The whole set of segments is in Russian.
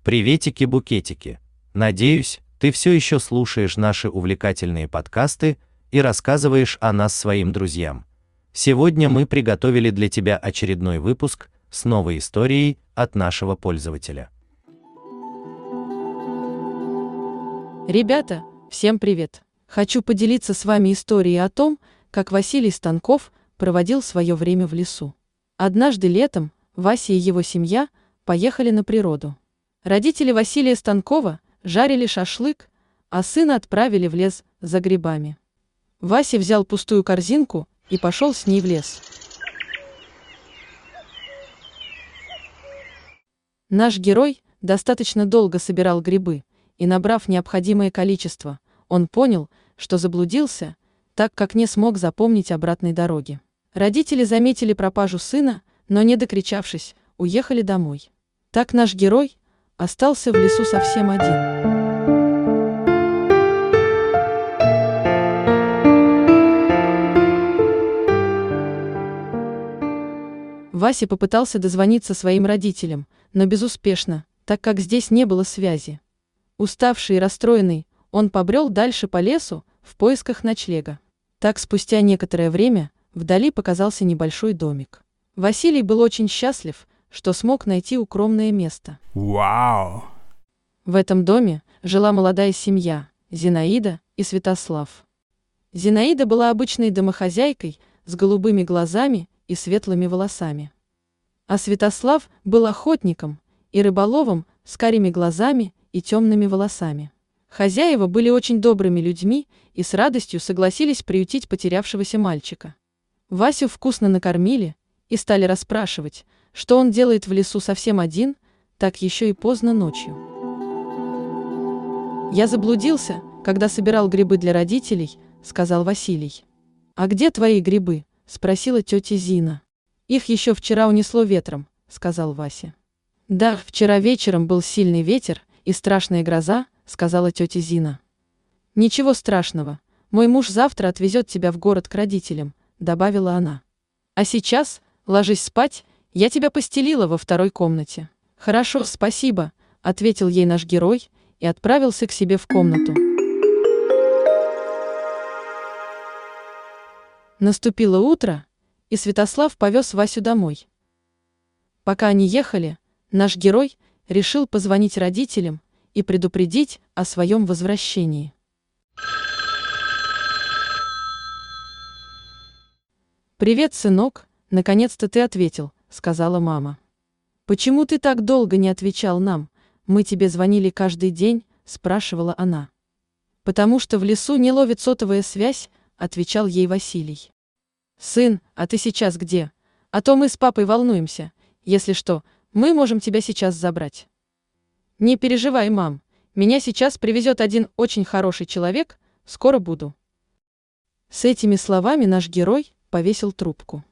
Приветики-букетики! Надеюсь, ты все еще слушаешь наши увлекательные подкасты и рассказываешь о нас своим друзьям. Сегодня мы приготовили для тебя очередной выпуск с новой историей от нашего пользователя. Ребята, всем привет! Хочу поделиться с вами историей о том, как Василий Станков проводил свое время в лесу. Однажды летом Вася и его семья поехали на природу. Родители Василия Станкова жарили шашлык, а сына отправили в лес за грибами. Вася взял пустую корзинку и пошел с ней в лес. Наш герой достаточно долго собирал грибы, и, набрав необходимое количество, он понял, что заблудился, так как не смог запомнить обратной дороги. Родители заметили пропажу сына, но, не докричавшись, уехали домой. Так наш герой остался в лесу совсем один. Вася попытался дозвониться своим родителям, но безуспешно, так как здесь не было связи. Уставший и расстроенный, он побрел дальше по лесу в поисках ночлега. Так спустя некоторое время вдали показался небольшой домик. Василий был очень счастлив, что смог найти укромное место. Вау! В этом доме жила молодая семья – Зинаида и Святослав. Зинаида была обычной домохозяйкой с голубыми глазами и светлыми волосами. А Святослав был охотником и рыболовом с карими глазами и темными волосами. Хозяева были очень добрыми людьми и с радостью согласились приютить потерявшегося мальчика. Васю вкусно накормили и стали расспрашивать, что он делает в лесу совсем один, так еще и поздно ночью. «Я заблудился, когда собирал грибы для родителей», — сказал Василий. «А где твои грибы?» — спросила тетя Зина. «Их еще вчера унесло ветром», — сказал Вася. «Да, вчера вечером был сильный ветер и страшная гроза», — сказала тетя Зина. «Ничего страшного, мой муж завтра отвезет тебя в город к родителям», — добавила она. «А сейчас ложись спать, я тебя постелила во второй комнате». «Хорошо, спасибо», — ответил ей наш герой и отправился к себе в комнату. Наступило утро, и Святослав повез Васю домой. Пока они ехали, наш герой решил позвонить родителям и предупредить о своем возвращении. «Привет, сынок, наконец-то ты ответил», — сказала мама. «Почему ты так долго не отвечал нам? Мы тебе звонили каждый день», — спрашивала она. «Потому что в лесу не ловит сотовая связь», — отвечал ей Василий. «Сын, а ты сейчас где? А то мы с папой волнуемся. Если что, мы можем тебя сейчас забрать». «Не переживай, мам, меня сейчас привезет один очень хороший человек, скоро буду». С этими словами наш герой повесил трубку.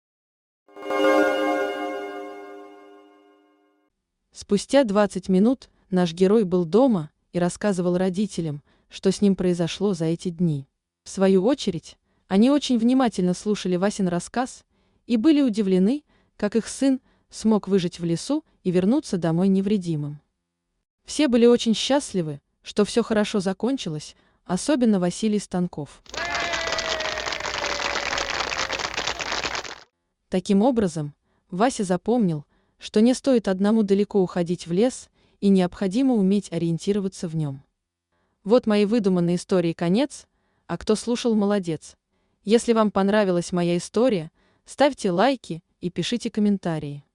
Спустя 20 минут наш герой был дома и рассказывал родителям, что с ним произошло за эти дни. В свою очередь, они очень внимательно слушали Васин рассказ и были удивлены, как их сын смог выжить в лесу и вернуться домой невредимым. Все были очень счастливы, что все хорошо закончилось, особенно Василий Станков. Таким образом, Вася запомнил, что не стоит одному далеко уходить в лес и необходимо уметь ориентироваться в нем. Вот мои выдуманные истории конец, а кто слушал, молодец. Если вам понравилась моя история, ставьте лайки и пишите комментарии.